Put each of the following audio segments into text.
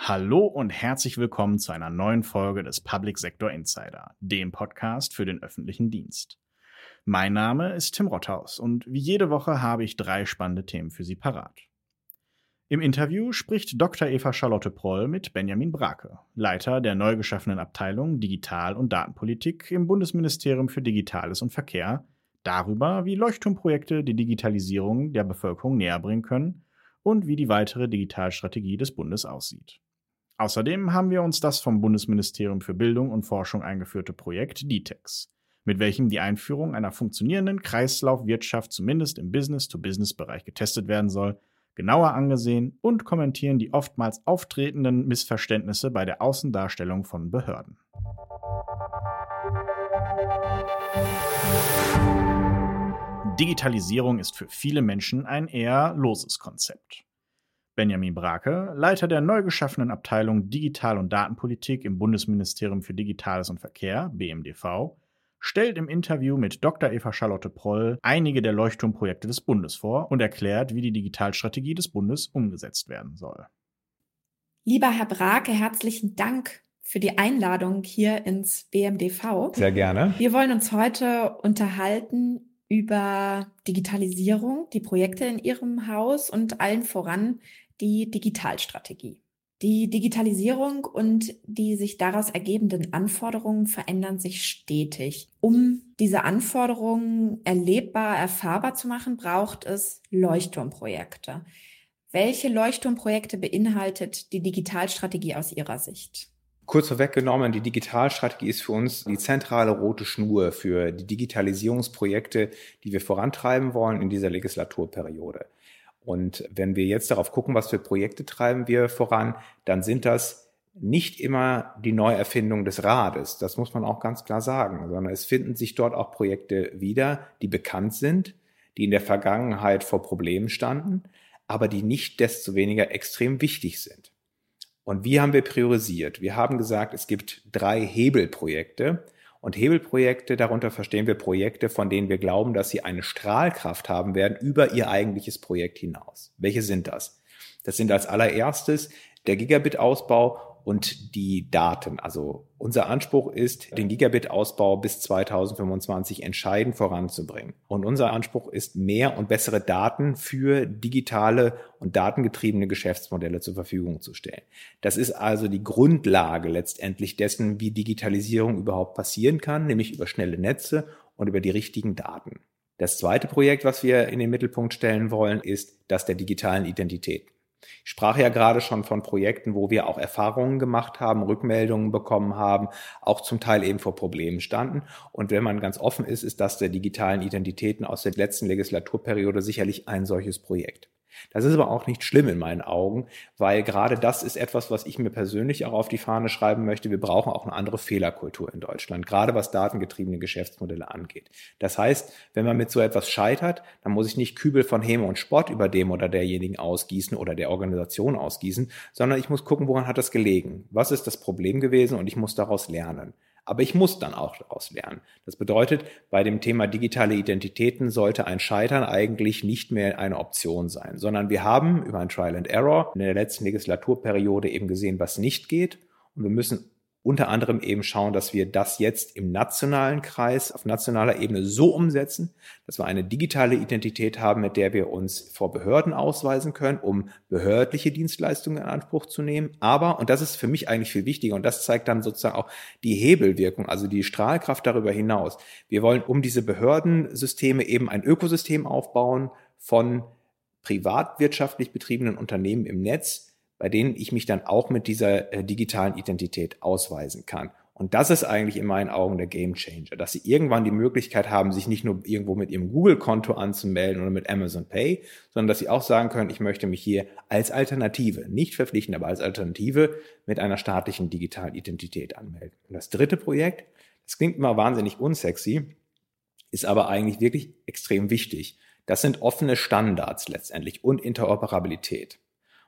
Hallo und herzlich willkommen zu einer neuen Folge des Public Sector Insider, dem Podcast für den öffentlichen Dienst. Mein Name ist Tim Rothaus und wie jede Woche habe ich 3 spannende Themen für Sie parat. Im Interview spricht Dr. Eva Charlotte Proll mit Benjamin Brake, Leiter der neu geschaffenen Abteilung Digital- und Datenpolitik im Bundesministerium für Digitales und Verkehr, darüber, wie Leuchtturmprojekte die Digitalisierung der Bevölkerung näherbringen können und wie die weitere Digitalstrategie des Bundes aussieht. Außerdem haben wir uns das vom Bundesministerium für Bildung und Forschung eingeführte Projekt DTEX, mit welchem die Einführung einer funktionierenden Kreislaufwirtschaft zumindest im Business-to-Business-Bereich getestet werden soll, genauer angesehen und kommentieren die oftmals auftretenden Missverständnisse bei der Außendarstellung von Behörden. Digitalisierung ist für viele Menschen ein eher loses Konzept. Benjamin Brake, Leiter der neu geschaffenen Abteilung Digital- und Datenpolitik im Bundesministerium für Digitales und Verkehr, BMDV, stellt im Interview mit Dr. Eva Charlotte Proll einige der Leuchtturmprojekte des Bundes vor und erklärt, wie die Digitalstrategie des Bundes umgesetzt werden soll. Lieber Herr Brake, herzlichen Dank für die Einladung hier ins BMDV. Sehr gerne. Wir wollen uns heute unterhalten über Digitalisierung, die Projekte in Ihrem Haus und allen voran die Digitalstrategie. Die Digitalisierung und die sich daraus ergebenden Anforderungen verändern sich stetig. Um diese Anforderungen erlebbar, erfahrbar zu machen, braucht es Leuchtturmprojekte. Welche Leuchtturmprojekte beinhaltet die Digitalstrategie aus Ihrer Sicht? Kurz vorweggenommen, die Digitalstrategie ist für uns die zentrale rote Schnur für die Digitalisierungsprojekte, die wir vorantreiben wollen in dieser Legislaturperiode. Und wenn wir jetzt darauf gucken, was für Projekte treiben wir voran, dann sind das nicht immer die Neuerfindung des Rades. Das muss man auch ganz klar sagen, sondern es finden sich dort auch Projekte wieder, die bekannt sind, die in der Vergangenheit vor Problemen standen, aber die nicht desto weniger extrem wichtig sind. Und wie haben wir priorisiert? Wir haben gesagt, es gibt 3 Hebelprojekte. Und Hebelprojekte, darunter verstehen wir Projekte, von denen wir glauben, dass sie eine Strahlkraft haben werden über ihr eigentliches Projekt hinaus. Welche sind das? Das sind als allererstes der Gigabit-Ausbau und die Daten. Also unser Anspruch ist, den Gigabit-Ausbau bis 2025 entscheidend voranzubringen. Und unser Anspruch ist, mehr und bessere Daten für digitale und datengetriebene Geschäftsmodelle zur Verfügung zu stellen. Das ist also die Grundlage letztendlich dessen, wie Digitalisierung überhaupt passieren kann, nämlich über schnelle Netze und über die richtigen Daten. Das zweite Projekt, was wir in den Mittelpunkt stellen wollen, ist das der digitalen Identität. Ich sprach ja gerade schon von Projekten, wo wir auch Erfahrungen gemacht haben, Rückmeldungen bekommen haben, auch zum Teil eben vor Problemen standen. Und wenn man ganz offen ist, ist das der digitalen Identitäten aus der letzten Legislaturperiode sicherlich ein solches Projekt. Das ist aber auch nicht schlimm in meinen Augen, weil gerade das ist etwas, was ich mir persönlich auch auf die Fahne schreiben möchte. Wir brauchen auch eine andere Fehlerkultur in Deutschland, gerade was datengetriebene Geschäftsmodelle angeht. Das heißt, wenn man mit so etwas scheitert, dann muss ich nicht Kübel von Häme und Spott über dem oder derjenigen ausgießen oder der Organisation ausgießen, sondern ich muss gucken, woran hat das gelegen? Was ist das Problem gewesen? Und ich muss daraus lernen. Aber ich muss dann auch daraus lernen. Das bedeutet, bei dem Thema digitale Identitäten sollte ein Scheitern eigentlich nicht mehr eine Option sein, sondern wir haben über ein Trial and Error in der letzten Legislaturperiode eben gesehen, was nicht geht. Und wir müssen unter anderem eben schauen, dass wir das jetzt im nationalen Kreis, auf nationaler Ebene so umsetzen, dass wir eine digitale Identität haben, mit der wir uns vor Behörden ausweisen können, um behördliche Dienstleistungen in Anspruch zu nehmen. Aber, und das ist für mich eigentlich viel wichtiger, und das zeigt dann sozusagen auch die Hebelwirkung, also die Strahlkraft darüber hinaus. Wir wollen um diese Behördensysteme eben ein Ökosystem aufbauen von privatwirtschaftlich betriebenen Unternehmen im Netz, bei denen ich mich dann auch mit dieser digitalen Identität ausweisen kann. Und das ist eigentlich in meinen Augen der Gamechanger, dass sie irgendwann die Möglichkeit haben, sich nicht nur irgendwo mit ihrem Google-Konto anzumelden oder mit Amazon Pay, sondern dass sie auch sagen können, ich möchte mich hier als Alternative, nicht verpflichtend, aber als Alternative mit einer staatlichen digitalen Identität anmelden. Und das dritte Projekt, das klingt immer wahnsinnig unsexy, ist aber eigentlich wirklich extrem wichtig. Das sind offene Standards letztendlich und Interoperabilität.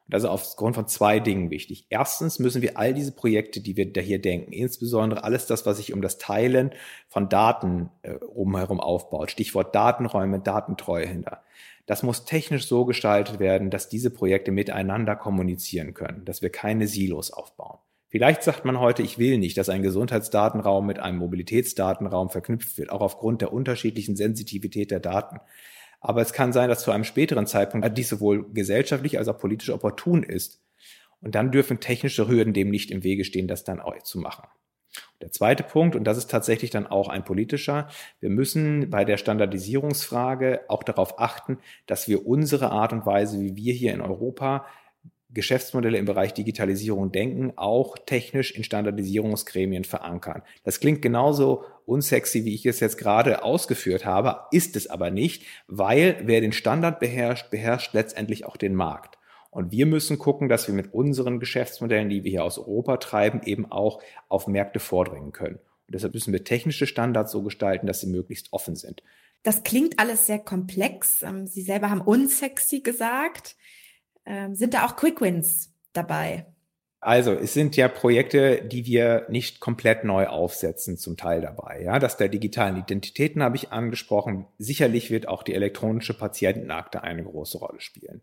Das ist aufgrund von 2 Dingen wichtig. Erstens müssen wir all diese Projekte, die wir da hier denken, insbesondere alles das, was sich um das Teilen von Daten rumherum aufbaut, Stichwort Datenräume, Datentreuhänder, das muss technisch so gestaltet werden, dass diese Projekte miteinander kommunizieren können, dass wir keine Silos aufbauen. Vielleicht sagt man heute, ich will nicht, dass ein Gesundheitsdatenraum mit einem Mobilitätsdatenraum verknüpft wird, auch aufgrund der unterschiedlichen Sensitivität der Daten. Aber es kann sein, dass zu einem späteren Zeitpunkt dies sowohl gesellschaftlich als auch politisch opportun ist. Und dann dürfen technische Hürden dem nicht im Wege stehen, das dann auch zu machen. Der zweite Punkt, und das ist tatsächlich dann auch ein politischer, wir müssen bei der Standardisierungsfrage auch darauf achten, dass wir unsere Art und Weise, wie wir hier in Europa Geschäftsmodelle im Bereich Digitalisierung denken, auch technisch in Standardisierungsgremien verankern. Das klingt genauso unsexy, wie ich es jetzt gerade ausgeführt habe, ist es aber nicht, weil wer den Standard beherrscht, beherrscht letztendlich auch den Markt. Und wir müssen gucken, dass wir mit unseren Geschäftsmodellen, die wir hier aus Europa treiben, eben auch auf Märkte vordringen können. Und deshalb müssen wir technische Standards so gestalten, dass sie möglichst offen sind. Das klingt alles sehr komplex. Sie selber haben unsexy gesagt. Sind da auch Quick Wins dabei? Also es sind ja Projekte, die wir nicht komplett neu aufsetzen, zum Teil dabei. Ja, das der digitalen Identitäten habe ich angesprochen. Sicherlich wird auch die elektronische Patientenakte eine große Rolle spielen.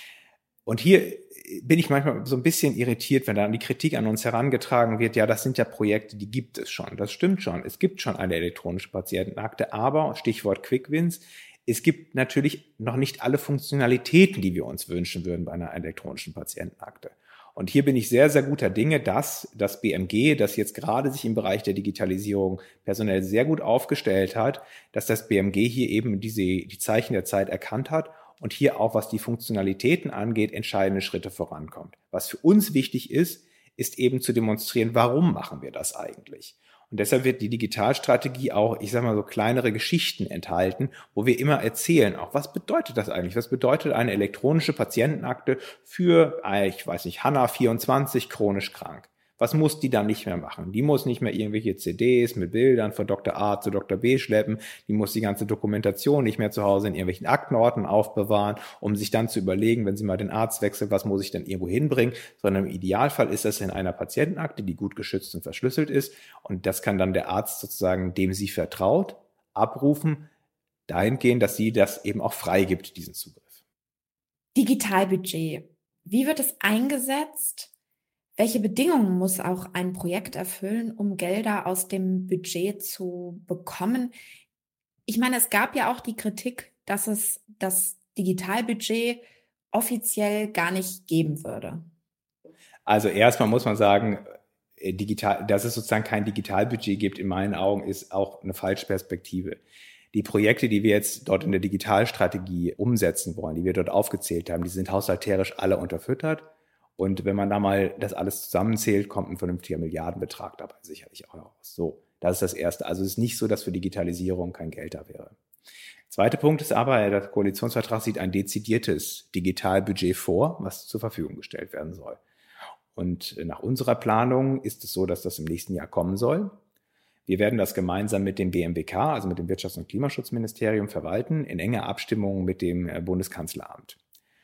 Und hier bin ich manchmal so ein bisschen irritiert, wenn dann die Kritik an uns herangetragen wird, ja, das sind ja Projekte, die gibt es schon. Das stimmt schon. Es gibt schon eine elektronische Patientenakte, aber Stichwort Quick Wins, es gibt natürlich noch nicht alle Funktionalitäten, die wir uns wünschen würden bei einer elektronischen Patientenakte. Und hier bin ich sehr, sehr guter Dinge, dass das BMG, das jetzt gerade sich im Bereich der Digitalisierung personell sehr gut aufgestellt hat, dass das BMG hier eben die Zeichen der Zeit erkannt hat und hier auch, was die Funktionalitäten angeht, entscheidende Schritte vorankommt. Was für uns wichtig ist, ist eben zu demonstrieren, warum machen wir das eigentlich? Und deshalb wird die Digitalstrategie auch, ich sage mal so kleinere Geschichten enthalten, wo wir immer erzählen, auch was bedeutet das eigentlich? Was bedeutet eine elektronische Patientenakte für, ich weiß nicht, Hanna 24, chronisch krank? Was muss die dann nicht mehr machen? Die muss nicht mehr irgendwelche CDs mit Bildern von Dr. A zu Dr. B schleppen. Die muss die ganze Dokumentation nicht mehr zu Hause in irgendwelchen Aktenorten aufbewahren, um sich dann zu überlegen, wenn sie mal den Arzt wechselt, was muss ich denn irgendwo hinbringen? Sondern im Idealfall ist das in einer Patientenakte, die gut geschützt und verschlüsselt ist. Und das kann dann der Arzt sozusagen, dem sie vertraut, abrufen, dahingehend, dass sie das eben auch freigibt, diesen Zugriff. Digitalbudget. Wie wird es eingesetzt? Welche Bedingungen muss auch ein Projekt erfüllen, um Gelder aus dem Budget zu bekommen? Ich meine, es gab ja auch die Kritik, dass es das Digitalbudget offiziell gar nicht geben würde. Also erstmal muss man sagen, dass es sozusagen kein Digitalbudget gibt, in meinen Augen, ist auch eine falsche Perspektive. Die Projekte, die wir jetzt dort in der Digitalstrategie umsetzen wollen, die wir dort aufgezählt haben, die sind haushalterisch alle unterfüttert. Und wenn man da mal das alles zusammenzählt, kommt ein vernünftiger Milliardenbetrag dabei sicherlich auch heraus. So, das ist das Erste. Also es ist nicht so, dass für Digitalisierung kein Geld da wäre. Zweiter Punkt ist aber, der Koalitionsvertrag sieht ein dezidiertes Digitalbudget vor, was zur Verfügung gestellt werden soll. Und nach unserer Planung ist es so, dass das im nächsten Jahr kommen soll. Wir werden das gemeinsam mit dem BMWK, also mit dem Wirtschafts- und Klimaschutzministerium, verwalten, in enger Abstimmung mit dem Bundeskanzleramt.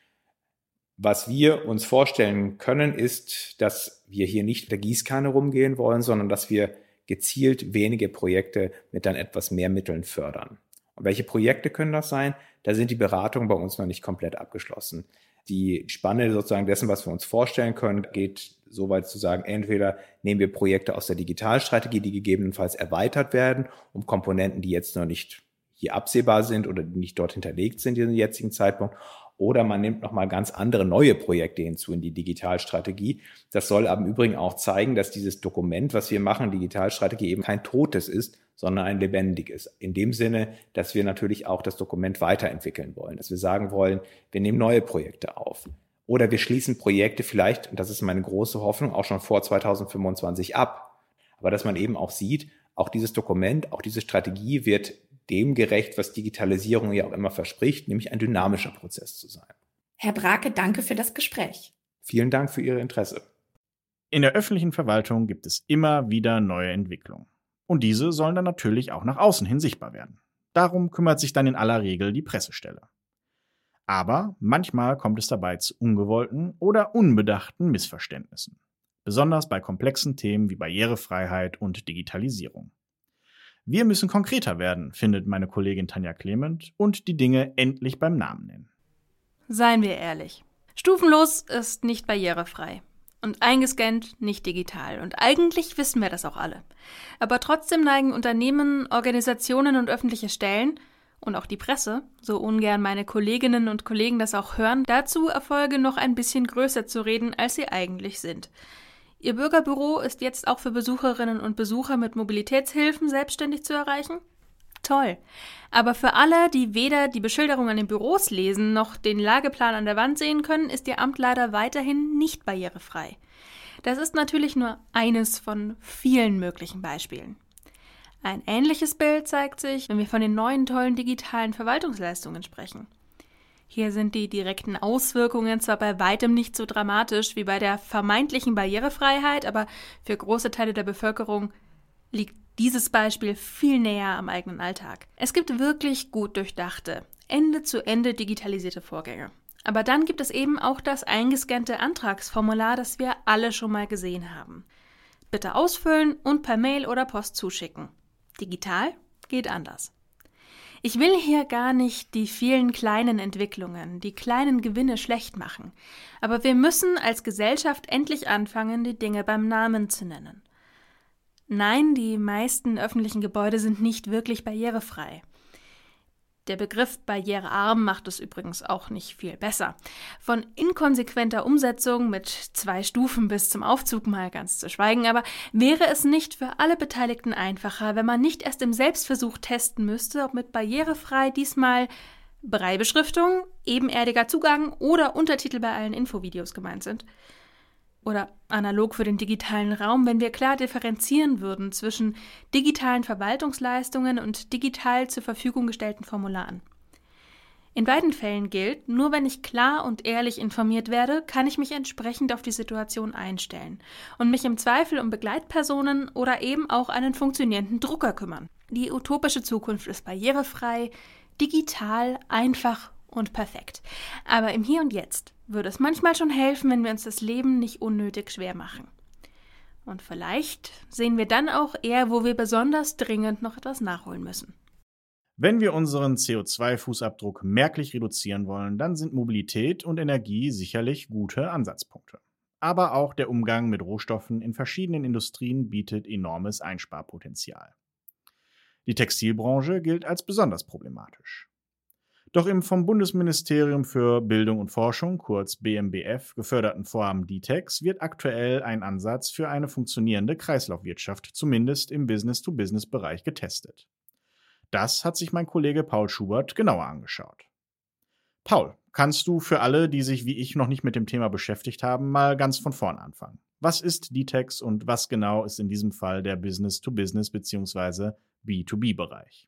Was wir uns vorstellen können, ist, dass wir hier nicht mit der Gießkanne rumgehen wollen, sondern dass wir gezielt wenige Projekte mit dann etwas mehr Mitteln fördern. Und welche Projekte können das sein? Da sind die Beratungen bei uns noch nicht komplett abgeschlossen. Die Spanne sozusagen dessen, was wir uns vorstellen können, geht so weit zu sagen, entweder nehmen wir Projekte aus der Digitalstrategie, die gegebenenfalls erweitert werden, um Komponenten, die jetzt noch nicht hier absehbar sind oder die nicht dort hinterlegt sind in dem jetzigen Zeitpunkt, oder man nimmt nochmal ganz andere neue Projekte hinzu in die Digitalstrategie. Das soll aber im Übrigen auch zeigen, dass dieses Dokument, was wir machen, Digitalstrategie, eben kein totes ist, sondern ein lebendiges. In dem Sinne, dass wir natürlich auch das Dokument weiterentwickeln wollen, dass wir sagen wollen, wir nehmen neue Projekte auf. Oder wir schließen Projekte vielleicht, und das ist meine große Hoffnung, auch schon vor 2025 ab. Aber dass man eben auch sieht, auch dieses Dokument, auch diese Strategie wird dem gerecht, was Digitalisierung ja auch immer verspricht, nämlich ein dynamischer Prozess zu sein. Herr Brake, danke für das Gespräch. Vielen Dank für Ihr Interesse. In der öffentlichen Verwaltung gibt es immer wieder neue Entwicklungen. Und diese sollen dann natürlich auch nach außen hin sichtbar werden. Darum kümmert sich dann in aller Regel die Pressestelle. Aber manchmal kommt es dabei zu ungewollten oder unbedachten Missverständnissen. Besonders bei komplexen Themen wie Barrierefreiheit und Digitalisierung. Wir müssen konkreter werden, findet meine Kollegin Tanja Clement, und die Dinge endlich beim Namen nennen. Seien wir ehrlich. Stufenlos ist nicht barrierefrei. Und eingescannt nicht digital. Und eigentlich wissen wir das auch alle. Aber trotzdem neigen Unternehmen, Organisationen und öffentliche Stellen und auch die Presse, so ungern meine Kolleginnen und Kollegen das auch hören, dazu, Erfolge noch ein bisschen größer zu reden, als sie eigentlich sind. Ihr Bürgerbüro ist jetzt auch für Besucherinnen und Besucher mit Mobilitätshilfen selbstständig zu erreichen? Toll. Aber für alle, die weder die Beschilderung an den Büros lesen, noch den Lageplan an der Wand sehen können, ist Ihr Amt leider weiterhin nicht barrierefrei. Das ist natürlich nur eines von vielen möglichen Beispielen. Ein ähnliches Bild zeigt sich, wenn wir von den neuen tollen digitalen Verwaltungsleistungen sprechen. Hier sind die direkten Auswirkungen zwar bei weitem nicht so dramatisch wie bei der vermeintlichen Barrierefreiheit, aber für große Teile der Bevölkerung liegt dieses Beispiel viel näher am eigenen Alltag. Es gibt wirklich gut durchdachte, Ende-zu-Ende digitalisierte Vorgänge. Aber dann gibt es eben auch das eingescannte Antragsformular, das wir alle schon mal gesehen haben. Bitte ausfüllen und per Mail oder Post zuschicken. Digital geht anders. Ich will hier gar nicht die vielen kleinen Entwicklungen, die kleinen Gewinne schlecht machen. Aber wir müssen als Gesellschaft endlich anfangen, die Dinge beim Namen zu nennen. Nein, die meisten öffentlichen Gebäude sind nicht wirklich barrierefrei. Der Begriff barrierearm macht es übrigens auch nicht viel besser. Von inkonsequenter Umsetzung mit 2 Stufen bis zum Aufzug mal ganz zu schweigen, aber wäre es nicht für alle Beteiligten einfacher, wenn man nicht erst im Selbstversuch testen müsste, ob mit barrierefrei diesmal Braillebeschriftung, ebenerdiger Zugang oder Untertitel bei allen Infovideos gemeint sind? Oder analog für den digitalen Raum, wenn wir klar differenzieren würden zwischen digitalen Verwaltungsleistungen und digital zur Verfügung gestellten Formularen. In beiden Fällen gilt, nur wenn ich klar und ehrlich informiert werde, kann ich mich entsprechend auf die Situation einstellen und mich im Zweifel um Begleitpersonen oder eben auch einen funktionierenden Drucker kümmern. Die utopische Zukunft ist barrierefrei, digital, einfach und perfekt. Aber im Hier und Jetzt würde es manchmal schon helfen, wenn wir uns das Leben nicht unnötig schwer machen. Und vielleicht sehen wir dann auch eher, wo wir besonders dringend noch etwas nachholen müssen. Wenn wir unseren CO2-Fußabdruck merklich reduzieren wollen, dann sind Mobilität und Energie sicherlich gute Ansatzpunkte. Aber auch der Umgang mit Rohstoffen in verschiedenen Industrien bietet enormes Einsparpotenzial. Die Textilbranche gilt als besonders problematisch. Doch im vom Bundesministerium für Bildung und Forschung, kurz BMBF, geförderten Vorhaben DTEX wird aktuell ein Ansatz für eine funktionierende Kreislaufwirtschaft, zumindest im Business-to-Business-Bereich, getestet. Das hat sich mein Kollege Paul Schubert genauer angeschaut. Paul, kannst du für alle, die sich wie ich noch nicht mit dem Thema beschäftigt haben, mal ganz von vorn anfangen? Was ist DTEX und was genau ist in diesem Fall der Business-to-Business- bzw. B2B-Bereich?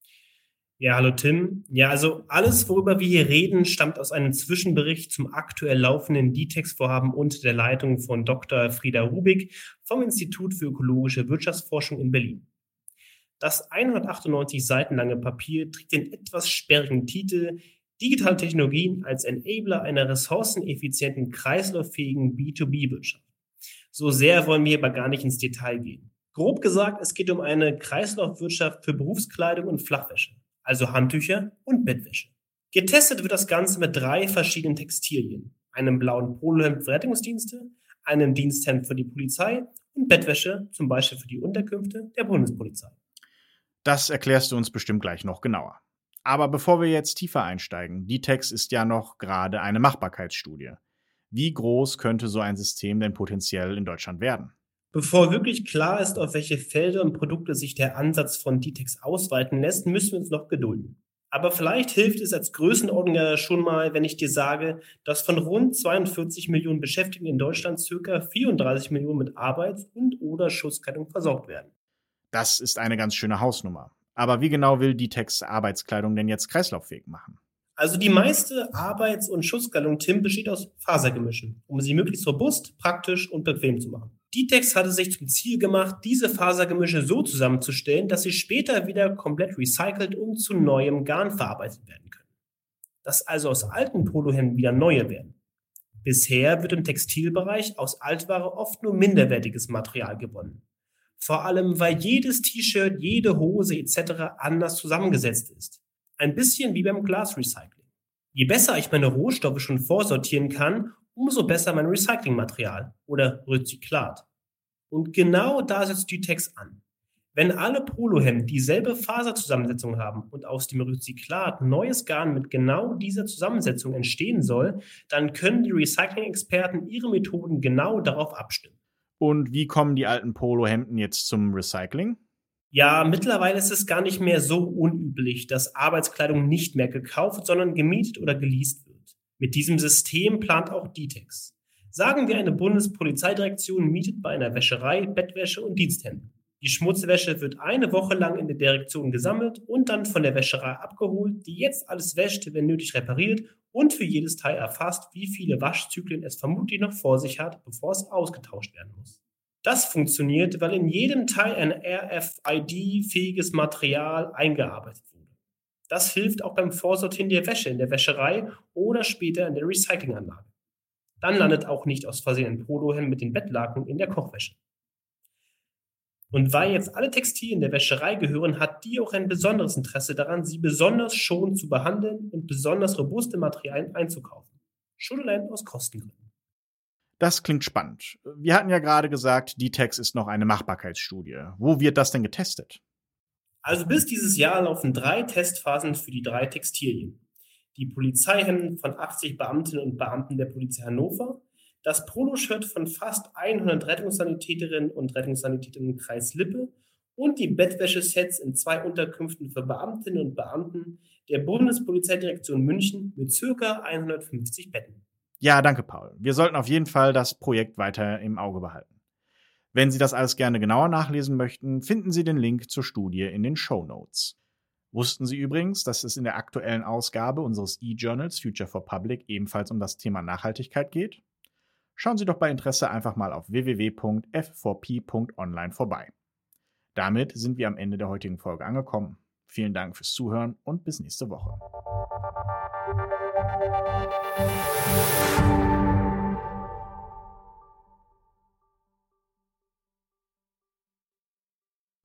Ja, hallo Tim. Ja, also alles, worüber wir hier reden, stammt aus einem Zwischenbericht zum aktuell laufenden DTEX-Vorhaben unter der Leitung von Dr. Frieda Rubik vom Institut für ökologische Wirtschaftsforschung in Berlin. Das 198 Seiten lange Papier trägt den etwas sperrigen Titel Digitale Technologien als Enabler einer ressourceneffizienten, kreislauffähigen B2B-Wirtschaft. So sehr wollen wir aber gar nicht ins Detail gehen. Grob gesagt, es geht um eine Kreislaufwirtschaft für Berufskleidung und Flachwäsche, also Handtücher und Bettwäsche. Getestet wird das Ganze mit 3 verschiedenen Textilien, einem blauen Polohemd für Rettungsdienste, einem Diensthemd für die Polizei und Bettwäsche, zum Beispiel für die Unterkünfte der Bundespolizei. Das erklärst du uns bestimmt gleich noch genauer. Aber bevor wir jetzt tiefer einsteigen, DTEX ist ja noch gerade eine Machbarkeitsstudie. Wie groß könnte so ein System denn potenziell in Deutschland werden? Bevor wirklich klar ist, auf welche Felder und Produkte sich der Ansatz von DTEX ausweiten lässt, müssen wir uns noch gedulden. Aber vielleicht hilft es als Größenordnung ja schon mal, wenn ich dir sage, dass von rund 42 Millionen Beschäftigten in Deutschland ca. 34 Millionen mit Arbeits- und/oder Schutzkleidung versorgt werden. Das ist eine ganz schöne Hausnummer. Aber wie genau will DTEX Arbeitskleidung denn jetzt kreislauffähig machen? Also die meiste Arbeits- und Schutzkleidung, Tim, besteht aus Fasergemischen, um sie möglichst robust, praktisch und bequem zu machen. DTEX hatte sich zum Ziel gemacht, diese Fasergemische so zusammenzustellen, dass sie später wieder komplett recycelt und zu neuem Garn verarbeitet werden können. dass also aus alten Polohemden wieder neue werden. Bisher wird im Textilbereich aus Altware oft nur minderwertiges Material gewonnen. Vor allem, weil jedes T-Shirt, jede Hose etc. anders zusammengesetzt ist. Ein bisschen wie beim Glasrecycling. Je besser ich meine Rohstoffe schon vorsortieren kann, umso besser mein Recyclingmaterial oder Rezyklat. Und genau da setzt Ditex an. Wenn alle Polohemden dieselbe Faserzusammensetzung haben und aus dem Rezyklat neues Garn mit genau dieser Zusammensetzung entstehen soll, dann können die Recycling-Experten ihre Methoden genau darauf abstimmen. Und wie kommen die alten Polohemden jetzt zum Recycling? Ja, mittlerweile ist es gar nicht mehr so unüblich, dass Arbeitskleidung nicht mehr gekauft, sondern gemietet oder geleast wird. Mit diesem System plant auch Ditex. Sagen wir, eine Bundespolizeidirektion mietet bei einer Wäscherei Bettwäsche und Diensthemden. Die Schmutzwäsche wird eine Woche lang in der Direktion gesammelt und dann von der Wäscherei abgeholt, die jetzt alles wäscht, wenn nötig repariert und für jedes Teil erfasst, wie viele Waschzyklen es vermutlich noch vor sich hat, bevor es ausgetauscht werden muss. Das funktioniert, weil in jedem Teil ein RFID-fähiges Material eingearbeitet wurde. Das hilft auch beim Vorsortieren der Wäsche in der Wäscherei oder später in der Recyclinganlage. Dann landet auch nicht aus Versehen ein Polohemd mit den Bettlaken in der Kochwäsche. Und weil jetzt alle Textilien der Wäscherei gehören, hat die auch ein besonderes Interesse daran, sie besonders schonend zu behandeln und besonders robuste Materialien einzukaufen. Schon allein aus Kostengründen. Das klingt spannend. Wir hatten ja gerade gesagt, Ditex ist noch eine Machbarkeitsstudie. Wo wird das denn getestet? Also bis dieses Jahr laufen 3 Testphasen für die 3 Textilien. Die Polizeihemden von 80 Beamtinnen und Beamten der Polizei Hannover, das Poloshirt von fast 100 Rettungssanitäterinnen und Rettungssanitätern im Kreis Lippe und die Bettwäschesets in 2 Unterkünften für Beamtinnen und Beamten der Bundespolizeidirektion München mit ca. 150 Betten. Ja, danke, Paul. Wir sollten auf jeden Fall das Projekt weiter im Auge behalten. Wenn Sie das alles gerne genauer nachlesen möchten, finden Sie den Link zur Studie in den Shownotes. Wussten Sie übrigens, dass es in der aktuellen Ausgabe unseres E-Journals Future for Public ebenfalls um das Thema Nachhaltigkeit geht? Schauen Sie doch bei Interesse einfach mal auf www.f4p.online vorbei. Damit sind wir am Ende der heutigen Folge angekommen. Vielen Dank fürs Zuhören und bis nächste Woche.